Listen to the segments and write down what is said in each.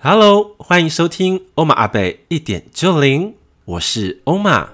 Hello， 欢迎收听欧玛阿贝一点就灵，我是欧玛。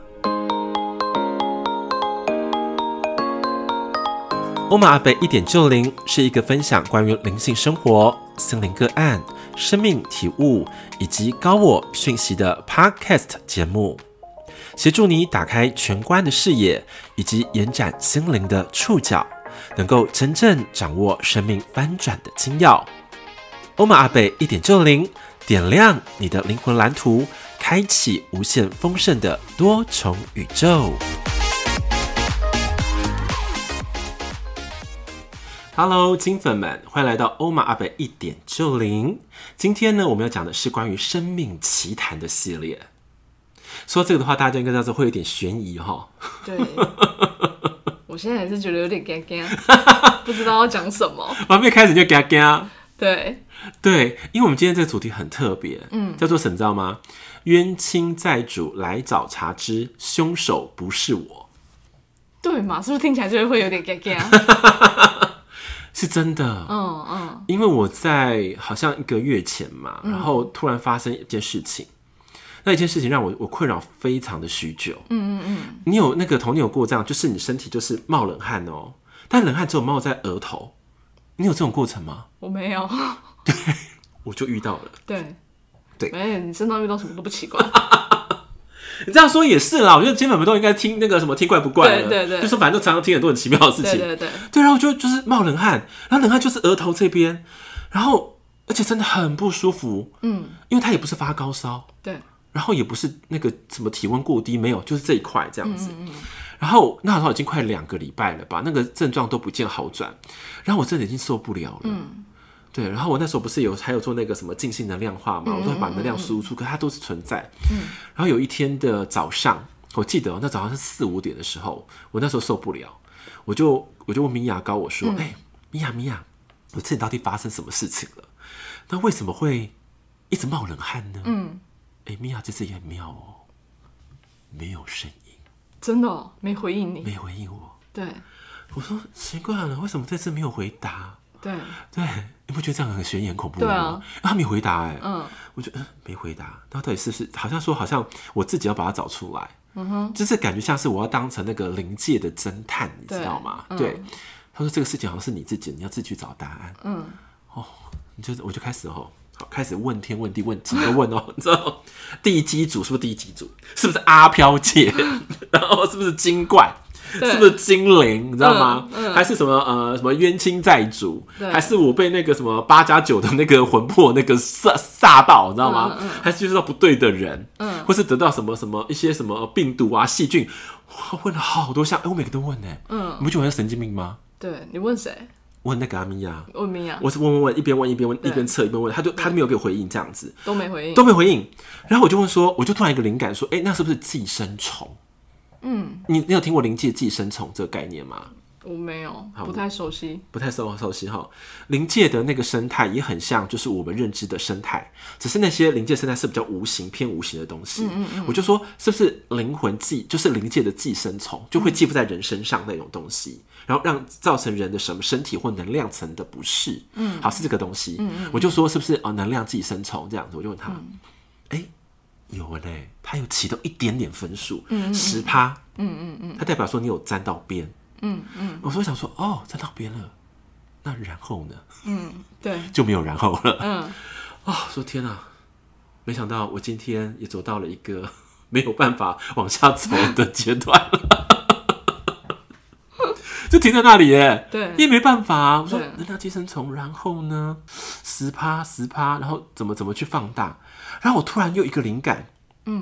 欧玛阿贝一点就灵是一个分享关于灵性生活、心灵个案、生命体悟以及高我讯息的 Podcast 节目，协助你打开全观的视野，以及延展心灵的触角，能够真正掌握生命翻转的精要。欧玛阿贝一点就灵，点亮你的灵魂蓝图，开启无限丰盛的多重宇宙。Hello， 金粉们，欢迎来到欧玛阿贝一点就灵。今天呢，我们要讲的是关于生命奇谈的系列。说这个的话，大家应该知道会有点悬疑哈。 对，我现在也是觉得有点尴尬，不知道要讲什么。 我还没开始就尴尬。 对， 因为我们今天这个主题很特别，叫做什么知道吗？冤亲债主来找茬之，凶手不是我。 对嘛？是不是听起来就会有点尴尬？ 是真的，因为我在好像1个月前嘛，然后突然发生一件事情，那一件事情让我困扰非常的许久。你有那个童年有过这样，就是你身体就是冒冷汗哦，但冷汗只有冒在额头，你有这种过程吗？ 我没有。 对，我就遇到了。 对， 对， 你身上遇到什么都不奇怪。 你这样说也是啦，我觉得金粉们都应该听那个什么听怪不怪了， 对， 就说反正都常常听很多很奇妙的事情，对，然后就是冒冷汗，然后冷汗就是额头这边，然后而且真的很不舒服，因为它也不是发高烧， 对， 然后也不是那个什么体温过低，没有，就是这一块这样子，然后那好像已经快2个礼拜了吧，那个症状都不见好转，然后我真的已经受不了了，对，然后我那时候不是还有做那个什么静心能量化嘛，我都会把能量输出，可是它都是存在。然后有一天的早上，我记得那早上是4、5点的时候，我那时候受不了，我就问米娅高我说：“米娅，我这里到底发生什么事情了？那为什么会一直冒冷汗呢？”米娅这次也很妙哦，没有声音， 真的哦，没回应你， 没回应我。对，我说奇怪了，为什么这次没有回答？对，你不觉得这样很悬疑、很恐怖吗？对啊，他没回答我就没回答，那到底是不是好像我自己要把它找出来，就是感觉像是我要当成那个灵界的侦探，你知道吗？对，他说这个事情好像是你自己，你要自己去找答案。我就开始开始问天问地问几个问你知道第一机组是不是第一机组？是不是阿飘界？然后是不是精怪？是不是精灵？你知道吗？还是什么冤亲债主？还是我被那个什么8+9的那个魂魄那个煞到？你知道吗？还是遇到不对的人？或是得到什么一些什么病毒啊细菌？我问了好多项，我每个都问你不觉得我像神经病吗？ 对，你问谁？ 问那个阿米娅， 问米娅， 我是问，一边问一边测一边问，他没有给我回应，这样子都没回应。 然后我就问说，我就突然一个灵感说，那是不是寄生虫？你有听过灵界寄生虫这个概念吗？ 我没有，不太熟悉哈。灵界的那个生态也很像，就是我们认知的生态，只是那些灵界生态是比较偏无形的东西。我就说，是不是灵魂就是灵界的寄生虫，就会寄附在人身上那种东西，然后造成人的什么身体或能量层的不适。好，是这个东西。我就说，是不是能量寄生虫这样子？我就问他，有嘞，他有起到一点点分数，10%，他代表说你有沾到边。我说想说沾到边了，那然后呢？ 对， 就没有然后了。说天啊，没想到我今天也走到了一个没有办法往下走的阶段了，就停在那里耶。对，也没办法我说能量寄生虫，然后呢，10%，然后怎么去放大？然后我突然又一个灵感，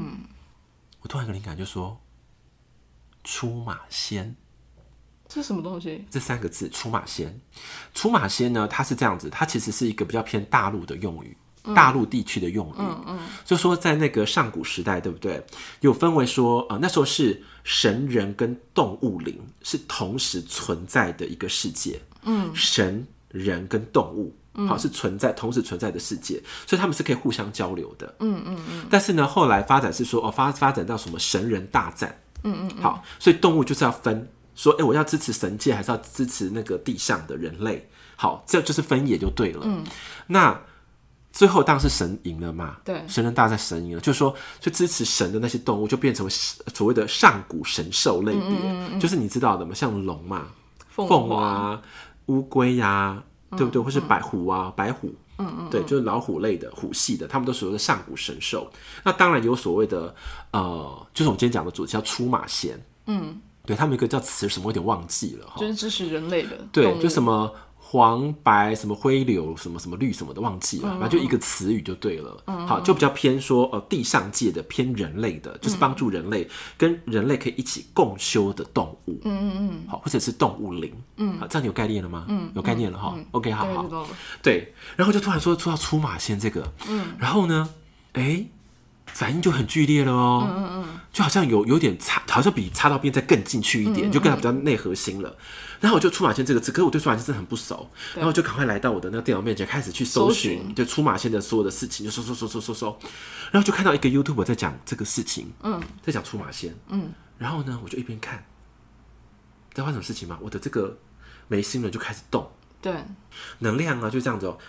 就说出马仙。 这是什么东西？ 这3个字，出马仙。出马仙呢，它是这样子，它其实是一个比较偏大陆的用语，大陆地区的用语。就说在那个上古时代，对不对？有分为说，那时候是神人跟动物灵是同时存在的一个世界。神人跟动物。是同时存在的世界，所以他们是可以互相交流的。但是呢，后来发展是说，发展到什么神人大战。好，所以动物就是要分。说我要支持神界还是要支持那个地上的人类？好，这就是分野就对了。那最后当然是神赢了嘛， 对， 神人大战神赢了，就是说就支持神的那些动物就变成所谓的上古神兽类别，就是你知道的嘛，像龙嘛，凤啊、乌龟呀，对不对？或是白虎啊、白虎，对，就是老虎类的、虎系的，他们都属于上古神兽。那当然有所谓的就是我们今天讲的主题叫出马仙，对，他们有一个叫词什么，我有点忘记了， 就是支持人类的， 对，就什么。黄白什么灰柳什么什么绿什么的忘记了，反正就一个词语就对了。好，就比较偏说地上界的偏人类的，就是帮助人类跟人类可以一起共修的动物。好，或者是动物灵。好，这样你有概念了吗？有概念了哈。OK， 好好。对，然后就突然说到出马仙这个，然后呢，反应就很剧烈了哦。就好像有点插，好像比插到边再更进去一点，就跟它比较内核心了。然后我就出马仙这个字，可是我对出马仙真的很不熟，然后我就赶快来到我的那个电脑面前，开始去搜寻对出马仙的所有的事情，就搜，然后就看到一个 YouTuber 在讲这个事情，在讲出马仙，然后呢，我就一边看，知道发生什么事情吗？我的这个眉心呢就开始动， 对， 能量啊就这样子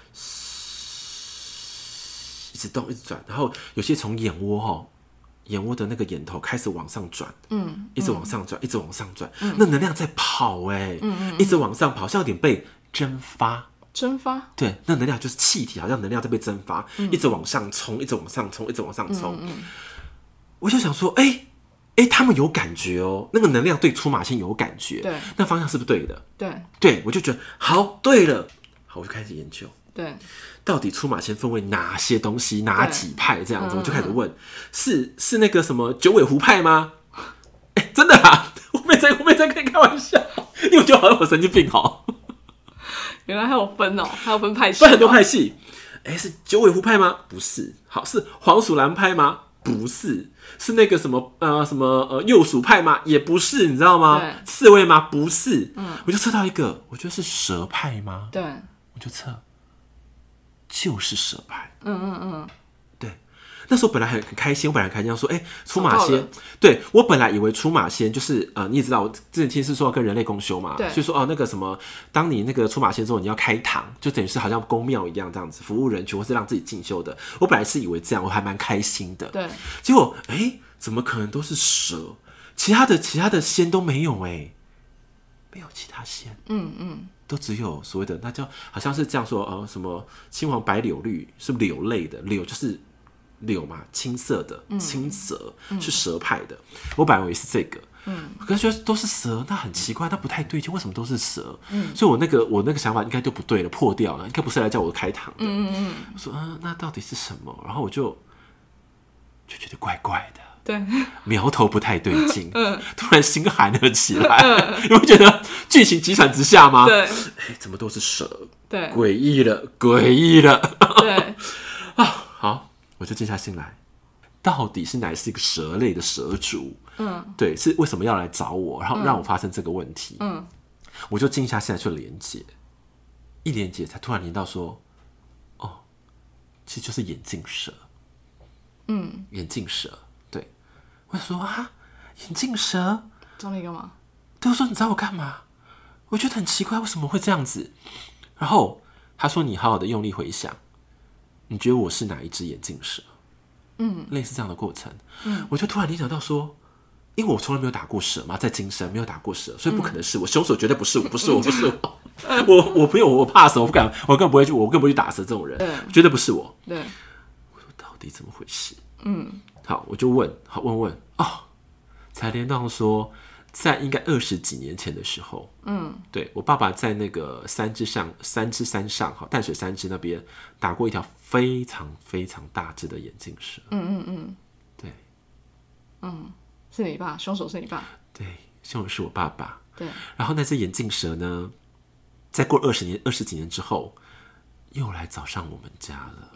一直动一直转，然后有些从眼窝的那个眼头开始往上转，一直往上转，一直往上转，那能量在跑一直往上跑，像有点被蒸发，对，那能量就是气体，好像能量在被蒸发，一直往上冲，一直往上冲，一直往上冲。我就想说，他们有感觉哦，那个能量对出马仙有感觉， 对， 那方向是不是对的？ 对， 我就觉得好，对了，好，我就开始研究。 对， 到底出马仙分为哪些东西，哪几派这样子，我就开始问，是那个什么九尾狐派吗？真的啊，我没在跟你开玩笑，因为我觉得好像我神经病哦。 原来还有分哦，还有分派系， 分很多派系。是九尾狐派吗？不是。好，是黄鼠狼派吗？不是。是那个什么鼬鼠派吗？也不是，你知道吗？刺猬吗？不是。我就测到一个，我觉得是蛇派吗？ 对， 我就测。就是蛇派，对，那时候本来很开心，我本来开心说，出马仙，对我本来以为出马仙就是你也知道，我之前听是说要跟人类共修嘛，所以说那个什么，当你那个出马仙之后，你要开堂，就等于是好像公庙一样这样子服务人群，或是让自己进修的。我本来是以为这样，我还蛮开心的， 对， 结果怎么可能都是蛇？其他的仙都没有没有其他仙，都只有所谓的那叫好像是这样说，什么青黄白柳绿是柳类的，柳就是柳嘛，青色的青蛇，是蛇派的。我本来以为是这个，可是觉得都是蛇，那很奇怪，那不太对劲，为什么都是蛇？所以我那个想法应该就不对了，破掉了，应该不是来叫我开堂的。我说那到底是什么？然后我就觉得怪怪的。 对， 苗头不太对劲，突然心寒了起来，你会觉得剧情急转直下吗？ 对， 怎么都是蛇？ 对， 诡异了， 对， 好，我就静下心来，到底是哪是一个蛇类的蛇主？对，是为什么要来找我，然后让我发生这个问题？我就静下心来去连接，一连接才突然连到说，其实就是眼镜蛇，眼镜蛇。我就说眼镜蛇找你干嘛？ 对，我说你找我干嘛？我觉得很奇怪，为什么会这样子？然后他说你好好的用力回想，你觉得我是哪一只眼镜蛇？类似这样的过程。我就突然联想到说，因为我从来没有打过蛇嘛，在今生没有打过蛇，所以不可能是我，凶手绝对不是我，不是我，我不用，我怕蛇，我更不会去打蛇这种人，绝对不是我。 对， 我说到底怎么回事？好，我就问才连到说，在应该20几年前的时候，对我爸爸在那个三芝山上，淡水三芝那边打过一条非常非常大只的眼镜蛇。对， 是你爸，凶手是你爸。 对，凶手是我爸爸。 对， 然后那只眼镜蛇呢，在过20几年之后，又来找上我们家了。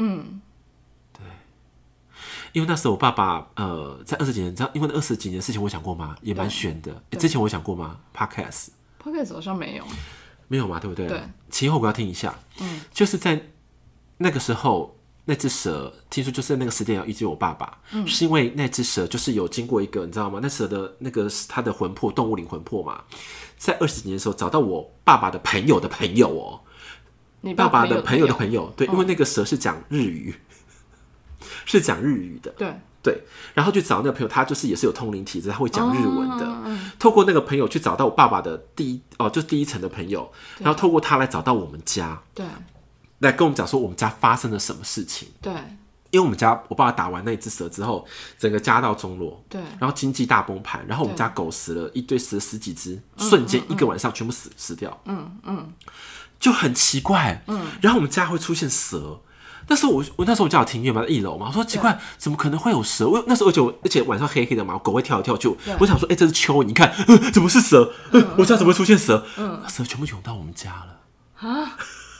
因为那时候我爸爸在20几年，因为那20几年的事情我讲过吗？也蛮悬的。之前我讲过吗 ？Podcast 好像没有嘛，对不对？ 对， 前后我要听一下。就是在那个时候，那只蛇听说就是那个时间要遇见我爸爸，是因为那只蛇就是有经过一个你知道吗？那蛇的那个它的魂魄，动物灵魂魄嘛，在20几年的时候找到我爸爸的朋友的朋友你爸爸的朋友的朋友，对，因为那个蛇是讲日语，是讲日语的，对，然后去找那个朋友，他就是也是有通灵体质，他会讲日文的。透过那个朋友去找到我爸爸的就第一层的朋友，然后透过他来找到我们家，对，来跟我们讲说我们家发生了什么事情。对，因为我们家我爸爸打完那只蛇之后，整个家道中落，对，然后经济大崩盘，然后我们家狗死了一堆，死了10几只，瞬间一个晚上全部死掉，就很奇怪，然后我们家会出现蛇。那时候我那时候我家有庭院嘛，在1楼嘛，我说奇怪，怎么可能会有蛇？那时候而且晚上黑黑的嘛，狗会跳来跳去，我想说，这是蚯蚓，你看，怎么是蛇？我家怎么会出现蛇？蛇全部涌到我们家了啊，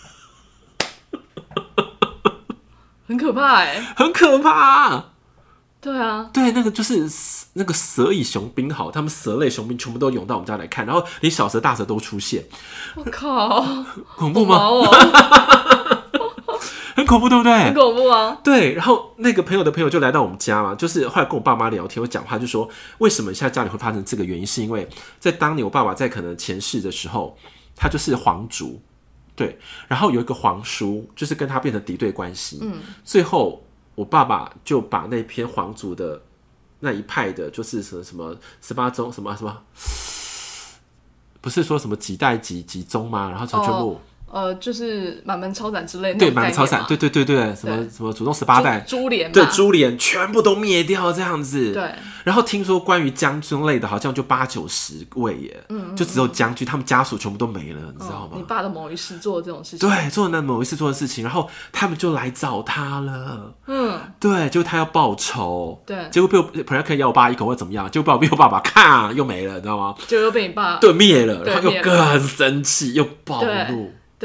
很可怕很可怕。 对啊， 对，那个就是那个蛇蚁雄兵好，他们蛇类雄兵全部都涌到我们家来看，然后连小蛇大蛇都出现。 我靠， 恐怖吗？很恐怖，对不对？ 很恐怖啊！ 对，然后那个朋友的朋友就来到我们家嘛，就是后来跟我爸妈聊天，我讲话就说，为什么现在家里会发生这个原因，是因为在当年我爸爸在可能前世的时候，他就是皇族，对，然后有一个皇叔，就是跟他变成敌对关系，最后我爸爸就把那篇皇族的那一派的，就是什么18宗什么，不是说什么几代几宗吗？然后全部。 就是满门抄斩之类的， 对，满门抄斩，对，什么祖宗18代， 株连， 对，株连全部都灭掉这样子。 对， 然后听说关于将军类的，好像就80-90位耶，就只有将军，他们家属全部都没了，你知道吗？ 你爸的某一世做的这种事情， 对，做的那某一世做的事情，然后他们就来找他了，对，结果他要报仇，对，结果本来可以咬我爸一口或怎么样，结果被我爸爸咔又没了，你知道吗？ 就又被你爸对灭了，然后又更生气，又暴怒。 对，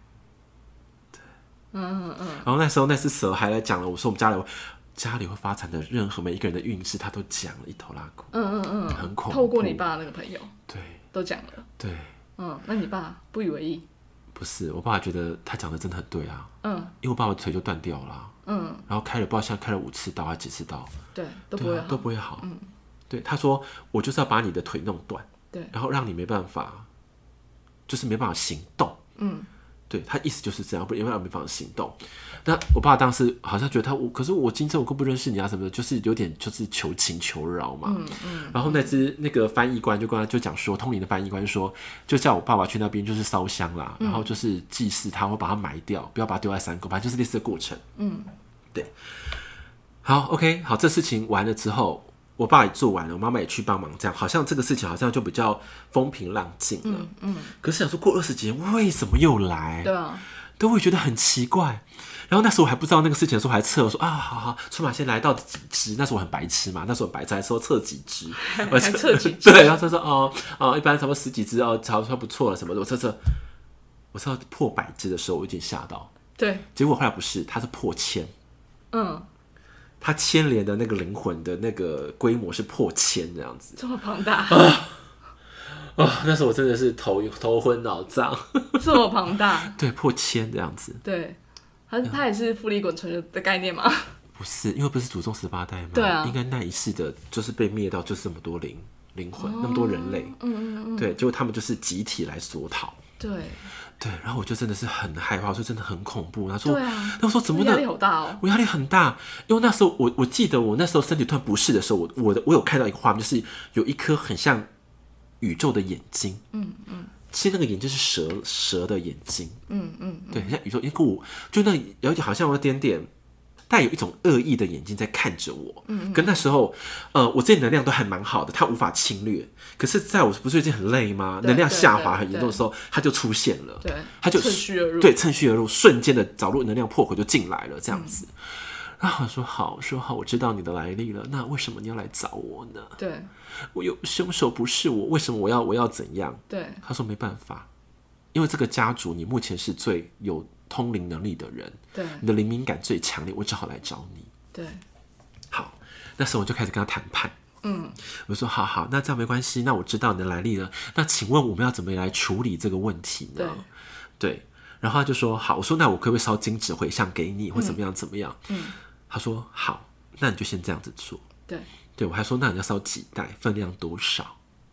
然后那时候那只蛇还来讲了，我说我们家里会发展的任何每一个人的运势，他都讲了一头拉骨，很恐怖。 透过你爸那个朋友， 对， 都讲了， 对， 那你爸不以为意？ 不是，我爸觉得他讲的真的很对啊，因为我爸爸腿就断掉了，然后开了不知道现在开了5次刀还几次刀， 对，都不会好，对，他说我就是要把你的腿弄断，对，然后让你没办法，就是没办法行动。对，他意思就是这样，因为没办法行动。那我爸当时好像觉得可是我今生我更不认识你啊什么的，就是有点就是求情求饶嘛。然后那个翻译官就跟他就讲说，通灵的翻译官就说，就叫我爸爸去那边就是烧香啦，然后就是祭祀他，会把他埋掉，不要把他丢在山沟，反正就是类似的过程。对。好 ，OK， 好，这事情完了之后。我爸也做完了，我妈妈也去帮忙，这样好像这个事情好像就比较风平浪静了。可是想说过20几年，为什么又来？对啊，都会觉得很奇怪。然后那时候我还不知道那个事情的时候，还测我说好，出马仙来到几只？那时候我很白痴嘛，那时候很白痴，还说测几只， 还测几只？ 对，然后他说一般差不多10几只差不错了什么的。我测，我测到破100只的时候，我有点吓到。对，结果后来不是，它是破1000。它牵连的那个灵魂的那个规模是破1000这样子， 这么庞大那时候我真的是头昏脑胀， 这么庞大， 对，破1000这样子， 对，它也是复利滚存的概念吗？ 不是，因为不是祖宗18代吗？对啊，应该那一世的就是被灭到就是这么多灵魂，那么多人类，对，结果他们就是集体来索讨，对，然后我就真的是很害怕，我说真的很恐怖。他说，那我说怎么压力好大哦？ 我压力很大，因为那时候我记得我那时候身体突然不适的时候，我有看到一个画面，就是有一颗很像宇宙的眼睛，其实那个眼睛是蛇的眼睛，对，很像宇宙，因为就那有点好像有点点。带有一种恶意的眼睛在看着我，跟那时候，我这些能量都还蛮好的，它无法侵略。可是，在我不是最近很累吗？能量下滑很严重的时候，它就出现了，对，它就趁虚而入， 对，趁虚而入，瞬间的找入能量破口就进来了，这样子。然后我说好，我知道你的来历了，那为什么你要来找我呢？对，我有凶手不是我，为什么我要怎样？对，他说没办法，因为这个家族你目前是最有通灵能力的人，对，你的灵敏感最强烈，我只好来找你。对，好，那时候我就开始跟他谈判。我说好，那这样没关系，那我知道你的来历了。那请问我们要怎么来处理这个问题呢？对，然后他就说好，我说那我可不可以烧金纸回向给你，或怎么样？他说好，那你就先这样子做。对，我还说那你要烧几袋，分量多少？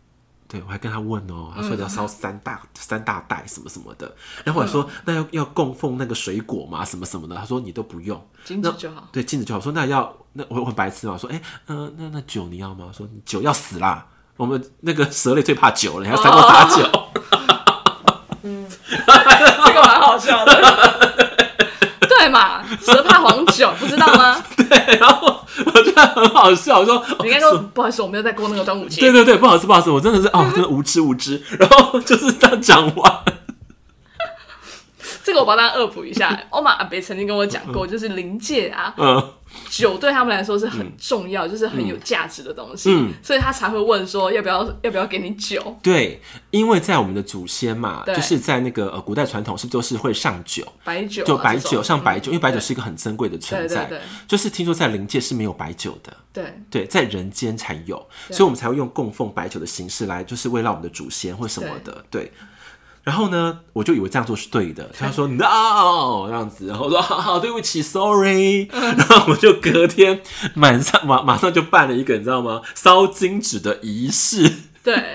对，我还跟他问哦，他说你要烧三大袋什么什么的，然后我说那要供奉那个水果吗？什么什么的，他说你都不用， 金子就好。 对，金子就好。我说那我很白痴嘛，我说那酒你要吗？我说你酒要死啦，我们那个蛇类最怕酒了，你还要3锅打酒。 这个蛮好笑的。对嘛，蛇怕黄酒，不知道吗？ 对，然后我觉得很好笑，我说你应该说不好意思，我没有在过那个端午节。 对，不好意思，我真的是真的无知。然后就是这样讲完。 这个我帮大家恶补一下，欧玛阿伯曾经跟我讲过，就是灵界啊，酒对他们来说是很重要，就是很有价值的东西，所以他才会问说要不要给你酒？ 对，因为在我们的祖先嘛，就是在那个古代传统是不是都是会上酒， 白酒， 就白酒上白酒，因为白酒是一个很珍贵的存在， 对， 就是听说在灵界是没有白酒的，对，在人间才有，所以我们才会用供奉白酒的形式来，就是慰劳我们的祖先或什么的，对。然后呢，我就以为这样做是对的。他说 no 这样子，然后我说好，对不起 sorry。然后我就隔天马上就办了一个你知道吗？烧金纸的仪式。 对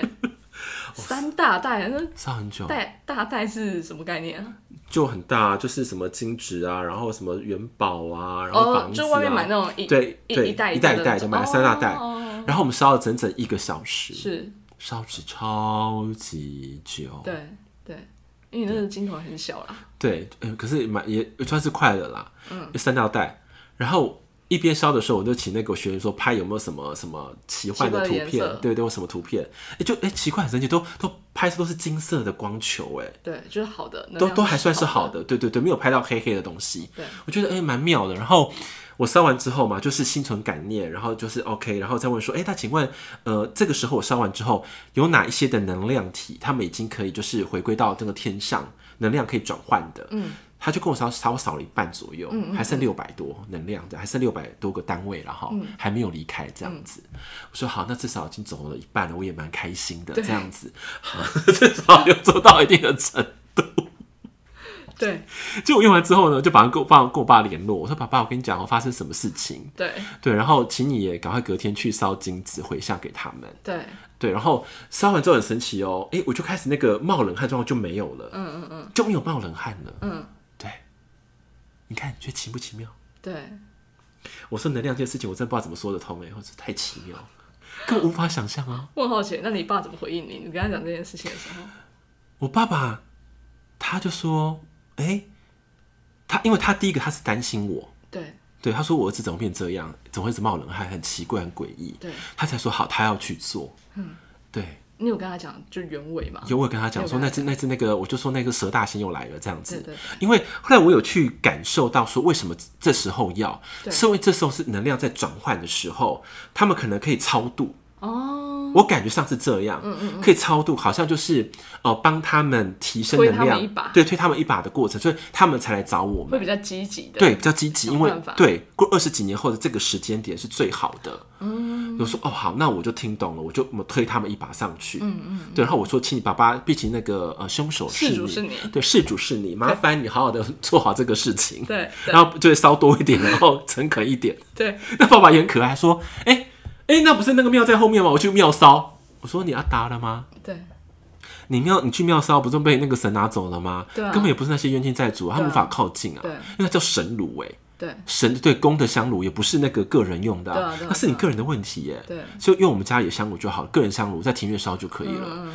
，3大袋， 烧很久。 大袋是什么概念啊？ 就很大，就是什么金纸啊，然后什么元宝啊，然后房子啊， 就外面买那种一袋一袋的买了3大袋，然后我们烧了整整1个小时， 是烧纸超级久。 对，因为你那个金头很小啦。对， 可是也算是快了啦。3大袋，然后一边烧的时候，我就请那个学员说拍有没有什么奇幻的图片，对，有什么图片？奇怪，很神奇，都拍出都是金色的光球， 对，就是好的， 都还算是好的，对，没有拍到黑黑的东西。对，我觉得蛮妙的。然后我烧完之后嘛，就是心存感念，然后就是 OK， 然后再问说，那请问，这个时候我烧完之后，有哪一些的能量体，他们已经可以就是回归到这个天上，能量可以转换的？他就跟我少了一半左右，还剩600多能量的，还剩600多个单位了哈，还没有离开这样子。我说好，那至少已经走了一半了，我也蛮开心的这样子，至少有做到一定的程度。 对， 就我用完之后呢，就跟我爸联络，我说爸，我跟你讲发生什么事情？对，然后请你也赶快隔天去烧金纸回向给他们。对，然后烧完之后很神奇哦，我就开始那个冒冷汗状况就没有了，就没有冒冷汗了，对，你看，你觉得奇不奇妙？ 对， 我说能量这件事情，我真的不知道怎么说得通或者太奇妙，根本无法想象啊。 我很好奇，那你爸怎么回应你？你跟他讲这件事情的时候， 我爸爸他就说。因为他第一个他是担心我，对，他说我儿子怎么变这样，怎么会一直冒冷汗，很奇怪，很诡异，对，他才说好，他要去做，对。 你有跟他讲就原委吗？ 有，我跟他讲说那只那个，我就说那个蛇大仙又来了这样子，对，因为后来我有去感受到说为什么这时候要，是因为这时候是能量在转换的时候，他们可能可以超度。我感觉上是这样，可以超度，好像就是帮他们提升能量，对，推他们一把的过程，所以他们才来找我们， 会比较积极的， 对，比较积极，因为对过20几年后的这个时间点是最好的。我说好，那我就听懂了，我就推他们一把上去。对，然后我说，请你爸爸，毕竟那个凶手是你，对，事主是你，麻烦你好好的做好这个事情。对，然后就会烧多一点，然后诚恳一点。对，那爸爸也很可爱，说，那不是那个庙在后面吗？我去庙烧。我说你要答了吗？对，你去庙烧，不是被那个神拿走了吗？对，根本也不是那些冤亲债主，他们无法靠近啊。对，因为那叫神炉对，神对公的香炉也不是那个个人用的，那是你个人的问题耶。对，所以用我们家里的香炉就好了，个人香炉在庭院烧就可以了。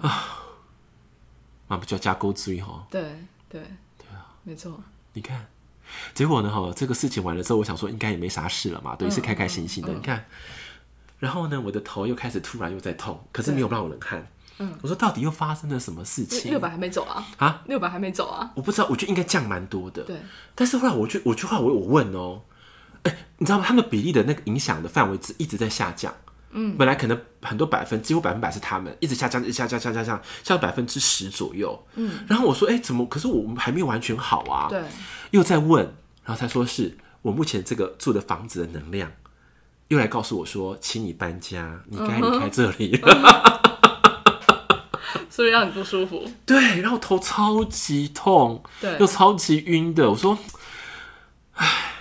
那不就要加钩锥哈？对啊，没错。你看，结果呢？这个事情完了之后，我想说应该也没啥事了嘛，对，是开开心心的。你看。然后呢，我的头又开始突然又在痛，可是没有让我冷汗。我说到底又发生了什么事情？600还没走啊？600还没走啊？我不知道，我觉得应该降蛮多的。对，但是后来我问你知道吗？他们比例的那个影响的范围一直在下降。本来可能很多几乎100%是他们一直下降，下到10%左右。然后我说怎么？可是我们还没有完全好啊。对，又在问，然后他说是我目前这个住的房子的能量。又来告诉我说，请你搬家，你该离开这里了。 所以让你不舒服。 对，然后头超级痛，对，又超级晕的。我说，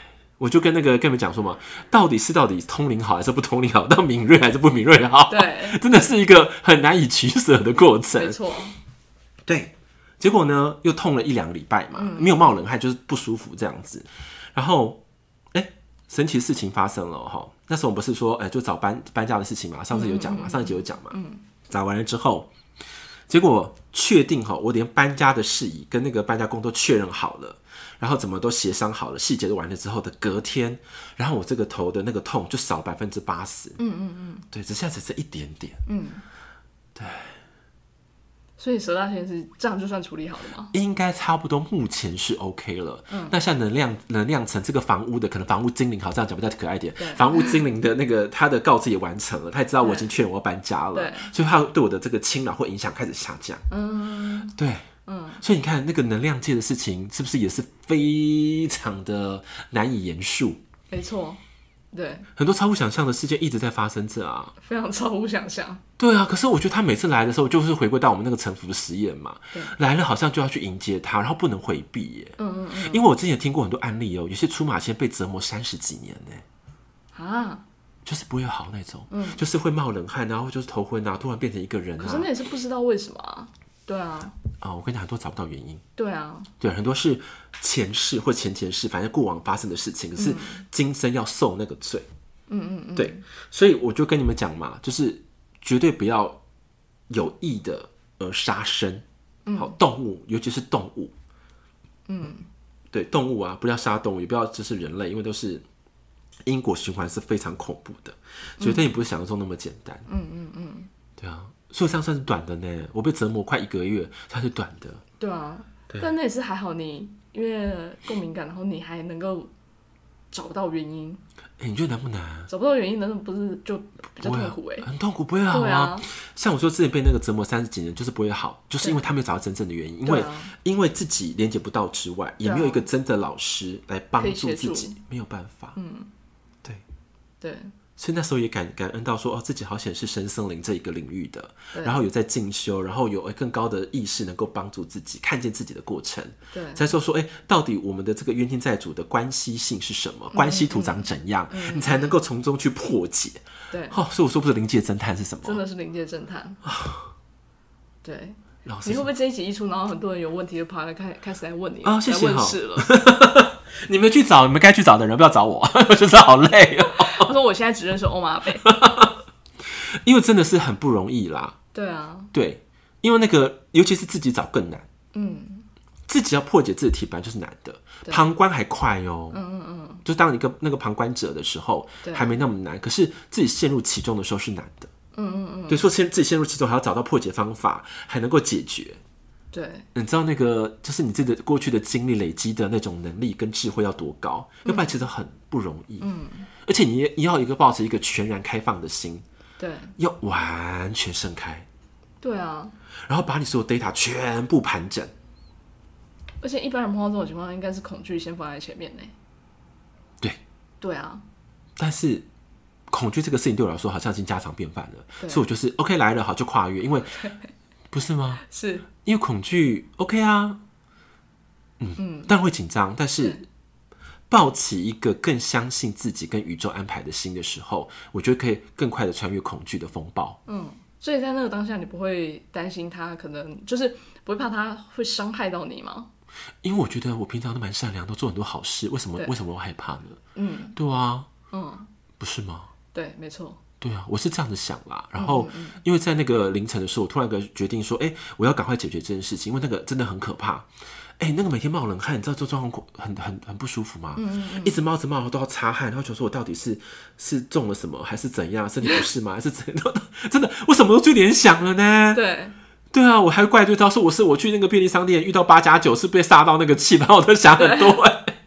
我就跟你们讲说嘛，到底通灵好还是不通灵好，到敏锐还是不敏锐好？ 对， 真的是一个很难以取舍的过程。 没错。 对，结果呢又痛了1-2个礼拜嘛，没有冒冷汗，就是不舒服这样子。然后，神奇的事情发生了哈。那时候我们不是说，就找搬家的事情嘛，上次有讲嘛，上一集有讲嘛。找完了之后，结果确定哈，我连搬家的事宜跟那个搬家工都确认好了。然后怎么都协商好了，细节都完了之后的隔天，然后我这个头的那个痛就少80%。对，只剩一点点。对。 所以舌大仙是这样就算处理好了吗？ 应该差不多，目前是 OK 了。那像能量层这个房屋的，可能房屋精灵好这样讲比较可爱一点。房屋精灵的那个他的告知也完成了，他也知道我已经确认我要搬家了，所以他对我的这个侵扰或影响开始下降。对。所以你看那个能量界的事情是不是也是非常的难以言述？ 没错，对， 很多超乎想象的事件一直在发生着啊， 非常超乎想象。 对啊，可是我觉得他每次来的时候就是回归到我们那个臣服的实验嘛，来了好像就要去迎接他，然后不能回避耶。因为我之前听过很多案例哦，有些出马仙被折磨30几年呢。啊。就是不会好那种，就是会冒冷汗，然后就是头昏啊，突然变成一个人啊。 可是那也是不知道为什么啊。对啊， 我跟你讲，很多找不到原因。 对啊， 对，很多是前世或前世，反正过往发生的事情，可是今生要受那个罪。对，所以我就跟你们讲嘛，就是绝对不要有意的而杀生。好，动物，尤其是动物。对，动物啊，不要杀动物，也不要就是人类，因为都是因果循环是非常恐怖的，绝对也不是想象中那么简单。对啊。所以这样算是短的呢，我被折磨快1个月，它是短的。 对啊，但那也是还好你因为够敏感，然后你还能够找不到原因。 你觉得难不难？ 找不到原因，难道不是就比较痛苦？ 很痛苦，不会好啊。对啊，像我说之前被那个折磨30几年，就是不会好，就是因为他没有找到真正的原因，因为自己连接不到之外，也没有一个真的老师来帮助自己，没有办法。对。所以那时候也感恩到说，自己好像是深森林这一个领域的，然后有在进修，然后有更高的意识能够帮助自己看见自己的过程，才说到底我们的这个冤亲债主的关系性是什么，关系图长怎样，你才能够从中去破解。对，所以我说不是灵界侦探是什么？ 真的是灵界侦探。对，你会不会这一集一出，然后很多人有问题就跑来开始来问你谢谢来问事了？ 你们去找你们该去找的人，不要找我，我觉得好累哦。 我说我现在只认识欧玛贝， 因为真的是很不容易啦。 对啊， 对，因为那个尤其是自己找更难，自己要破解自己的体板就是难的，旁观还快哦。就当一个那个旁观者的时候，还没那么难，可是自己陷入其中的时候是难的。对，说自己陷入其中还要找到破解方法，还能够解决。 对， 你知道那个就是你自己的过去的经历累积的那种能力跟智慧要多高，要不然其实很不容易。而且你要保持一个全然开放的心，对，要完全盛开。 对啊， 然后把你所有 data 全部盘整。 而且一般人碰到这种情况，应该是恐惧先放在前面呢。对啊， 但是恐惧这个事情对我来说好像已经家常便饭了，所以我就是 OK 来了好就跨越，因为不是吗？是因为恐惧 OK 啊，当然会紧张，但是抱起一个更相信自己跟宇宙安排的心的时候，我觉得可以更快的穿越恐惧的风暴。 所以在那个当下，你不会担心他可能就是不会怕他会伤害到你吗？ 因为我觉得我平常都蛮善良，都做很多好事，为什么我害怕呢？对啊，不是吗？对， 没错。 对啊，我是这样子想啦。然后，因为在那个凌晨的时候，我突然决定说，我要赶快解决这件事情，因为那个真的很可怕。那个每天冒冷汗，你知道这状况很不舒服吗？一直冒都要擦汗，然后就说我到底是中了什么，还是怎样？身体不适吗？还是怎样？真的，我什么都去联想了呢？对啊，我还怪对他说我去那个便利商店遇到8+9，是被煞到那个气，然后我都想很多。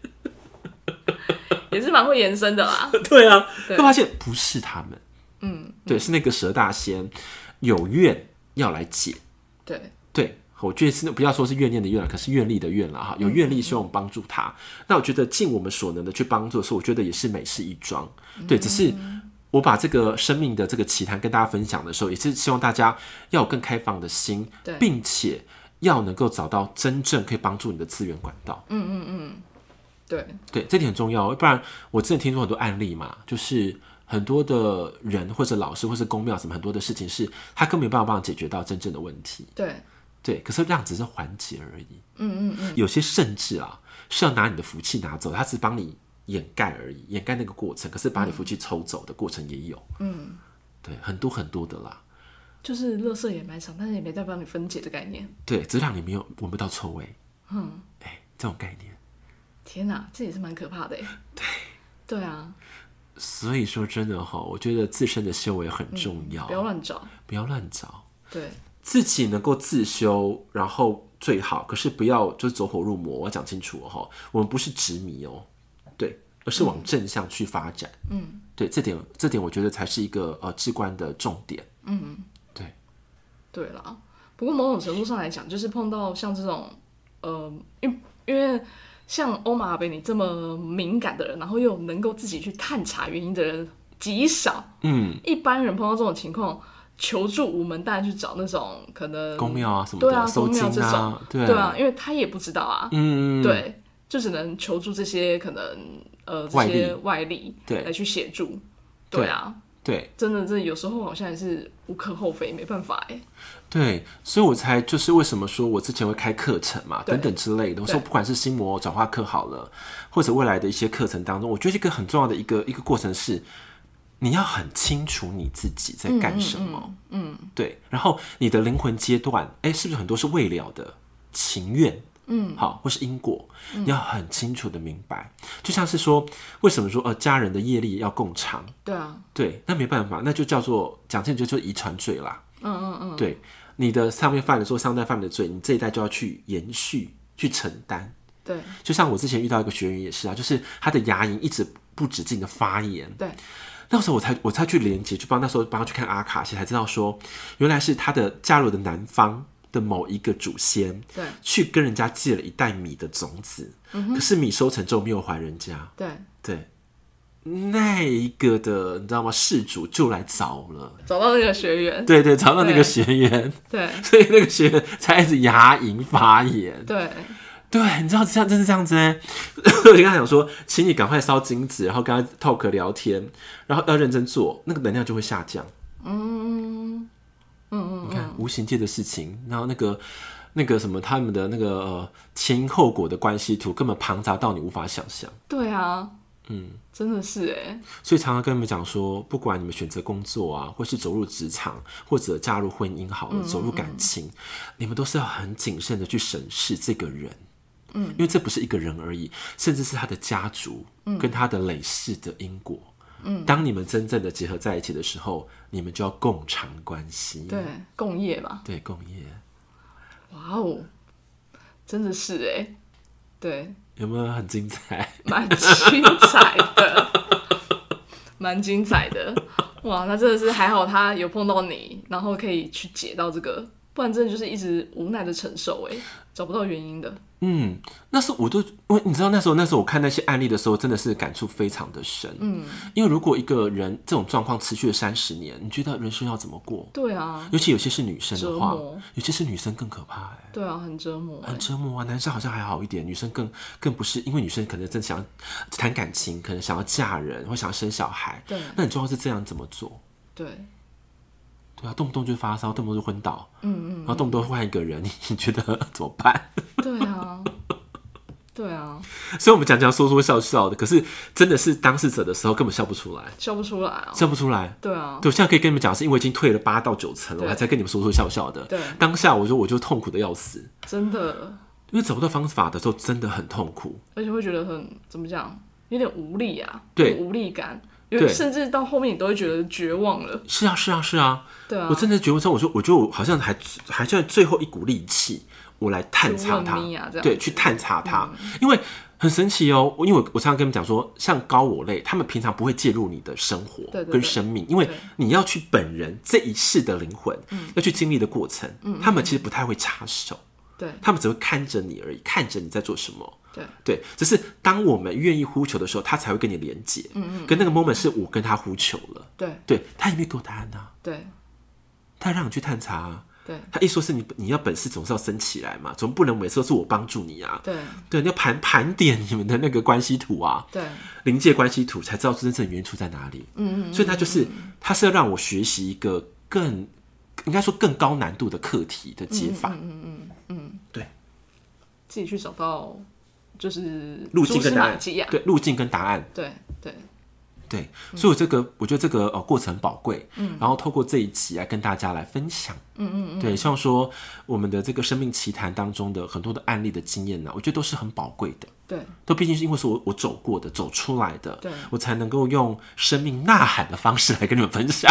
也是蛮会延伸的啦。 对啊，会发现不是他们。对，是那个蛇大仙有愿要来解。对，我觉得是不要说是怨念的怨，可是愿力的愿啦哈，有愿力希望帮助他。那我觉得尽我们所能的去帮助的时候，我觉得也是美事一桩。对，只是我把这个生命的这个奇谈跟大家分享的时候，也是希望大家要有更开放的心，并且要能够找到真正可以帮助你的资源管道。 对， 这点很重要，不然我之前听说很多案例嘛，就是很多的人或者老师或是公庙什么很多的事情是他根本没办法帮你解决到真正的问题。对，可是这样只是缓解而已。有些甚至啊是要拿你的福气拿走，他只是帮你掩盖而已，掩盖那个过程，可是把你福气抽走的过程也有。对，很多很多的啦。就是垃圾掩埋场，但是也没代表你分解的概念。 对，只是让你没有闻不到臭味。这种概念。 天哪，这也是蛮可怕的耶。对啊。 所以说真的我觉得自身的修为很重要。 不要乱找。对。 自己能够自修，然后最好，可是不要就是走火入魔。我要讲清楚我们不是执迷对，而是往正向去发展。对，这点我觉得才是一个至关的重点。 对啦。不过某种程度上来讲，就是碰到像这种因为像欧玛阿贝你这么敏感的人，然后又能够自己去探查原因的人极少。一般人碰到这种情况，求助无门，当然去找那种可能公庙啊什么的，对啊， 公庙这种， 对啊， 因为他也不知道啊。对，就只能求助这些可能这些外力来去协助。对啊。 对， 真的有时候好像也是无可厚非，没办法哎。 对，所以我才就是为什么说我之前会开课程嘛，等等之类的。我说不管是心魔转化课好了，或者未来的一些课程当中，我觉得一个很重要的一个过程是，你要很清楚你自己在干什么。对，然后你的灵魂阶段，是不是很多是未了的情愿？好，或是因果，你要很清楚的明白。就像是说，为什么说家人的业力要共偿？ 对啊， 对，那没办法，那就叫做讲清楚，就遗传罪啦。对，你的上面犯了错，上代犯了罪，你这一代就要去延续，去承担。 对， 就像我之前遇到一个学员也是啊，就是他的牙龈一直不止境的发炎。 对， 那时候我才去连接，那时候帮他去看阿卡西，才知道说，原来是他的家族的南方的某一个祖先， 对， 去跟人家借了一袋米的种子，可是米收成之后没有还人家，对，那一个的你知道吗？事主就来找到那个学员， 对，找到那个学员， 对， 所以那个学员才一直牙龈发炎， 对， 你知道真是这样子我就跟他讲说，请你赶快烧金子，然后跟他 talk 聊天，然后要认真做，那个能量就会下降。你看无形界的事情，然后那个什么他们的那个前因后果的关系图根本庞杂到你无法想象。 对啊，真的是所以常常跟你们讲说，不管你们选择工作啊，或是走入职场，或者加入婚姻好了，走入感情，你们都是要很谨慎的去审视这个人。因为这不是一个人而已，甚至是他的家族跟他的累世的因果。当你们真正的结合在一起的时候，你们就要共尝关系。 对，共业嘛。 对，共业。 哇哦，真的是对。 有没有很精彩？ 蛮精彩的，蛮精彩的。哇，那真的是还好，他有碰到你，然后可以去解到这个，不然真的就是一直无奈的承受，找不到原因的。 那时候我都，因为你知道那时候我看那些案例的时候，真的是感触非常的深。因为如果一个人这种状况持续了30年，你觉得人生要怎么过？ 对啊， 尤其有些是女生的话，有些是女生更可怕。 对啊，很折磨， 很折磨啊。男生好像还好一点，女生更不是，因为女生可能真的想要谈感情，可能想要嫁人，或想要生小孩。 对， 那你状况是这样怎么做？对啊，动不动就发烧，动不动就昏倒，然后动不动换一个人，你觉得怎么办？ 对啊， 所以我们讲说笑的，可是真的是当事者的时候根本笑不出来， 笑不出来。对啊， 对，我现在可以跟你们讲，是因为已经退了8到9层了，我还在跟你们说笑的。对，当下我就痛苦的要死， 真的， 因为找不到方法的时候真的很痛苦， 而且会觉得很怎么讲，有点无力啊， 对， 无力感。甚至到后面你都会觉得绝望了。是啊，对啊，我真的绝望之后，我觉得我好像还剩最后一股力气，我来探查它，对，去探查它，因为很神奇哦。因为我常常跟你们讲说，像高我类，他们平常不会介入你的生活跟生命，因为你要去本人这一世的灵魂要去经历的过程，他们其实不太会插手，对，他们只会看着你而已，看着你在做什么。对，只是当我们愿意呼求的时候，他才会跟你连结。跟那个 moment 是我跟他呼求了。对，他也没给我答案啊。对，他让你去探查啊。 对， 他一说是你要本事总是要升起来嘛，总不能每次都是我帮助你啊。 对， 你要盘点你们的那个关系图啊， 对， 临界关系图才知道真正原因出在哪里。所以他是要让我学习一个应该说更高难度的课题的解法。对， 自己去找到就是路径跟答案，对，路径跟答案， 对， 所以我觉得这个过程很宝贵，然后透过这一集来跟大家来分享，对，希望说我们的这个生命奇谈当中的很多的案例的经验呢，我觉得都是很宝贵的， 对， 都毕竟是因为是我走过的、走出来的，对，我才能够用生命呐喊的方式来跟你们分享，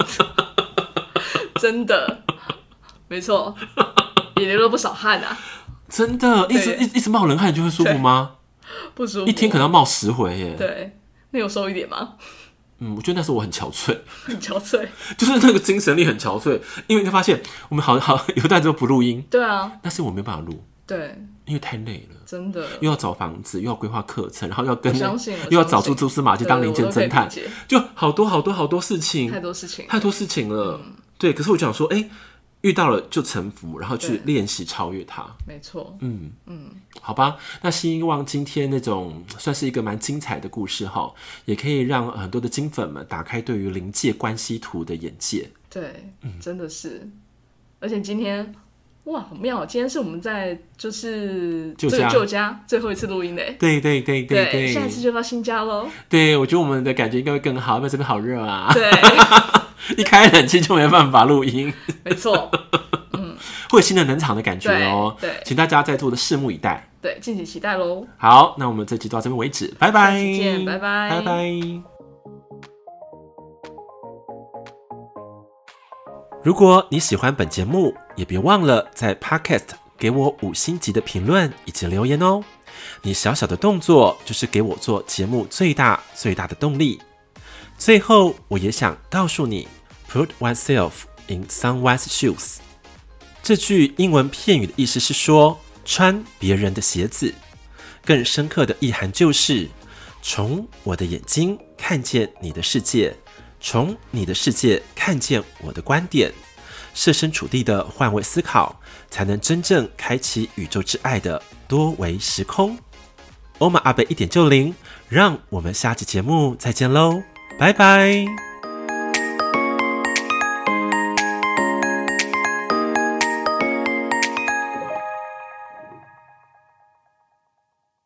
真的，没错，也流了不少汗啊， 真的，一直冒冷汗就会舒服吗？ 不舒服， 一天可能要冒10回耶， 对。那有瘦一点吗？ 我觉得那时候我很憔悴， 很憔悴， 就是那个精神力很憔悴，因为你发现我们好有段都不录音， 对啊， 但是我没办法录， 对， 因为太累了， 真的， 又要找房子，又要规划课程，然后又要找出蛛丝马迹当零件侦探，就好多事情， 太多事情了，对。可是我就想说，遇到了就臣服，然后去练习超越它。 没错， 好吧。那希望今天那种算是一个蛮精彩的故事哈，也可以让很多的金粉们打开对于临界关系图的眼界。 对，真的是。而且今天哇，好妙！今天是我们在就是这个旧家最后一次录音的。对，下一次就到新家喽。对， 我觉得我们的感觉应该会更好，因为这边好热啊。 对。 一开冷气就没办法录音， 没错， 会有新的冷场的感觉哦。对，请大家在座的拭目以待。 对，敬请期待喽。 好，那我们这集到这边为止，拜拜， 下期见，拜拜， 拜拜。如果你喜欢本节目，也别忘了在 Podcast 给我5星级的评论以及留言哦。你小小的动作就是给我做节目最大的动力。最后，我也想告诉你 ，Put oneself in someone's shoes。这句英文片语的意思是说，穿别人的鞋子。更深刻的意涵就是，从我的眼睛看见你的世界，从你的世界看见我的观点，设身处地的换位思考，才能真正开启宇宙之爱的多维时空。欧玛阿贝1.90，让我们下期节目再见喽。拜拜。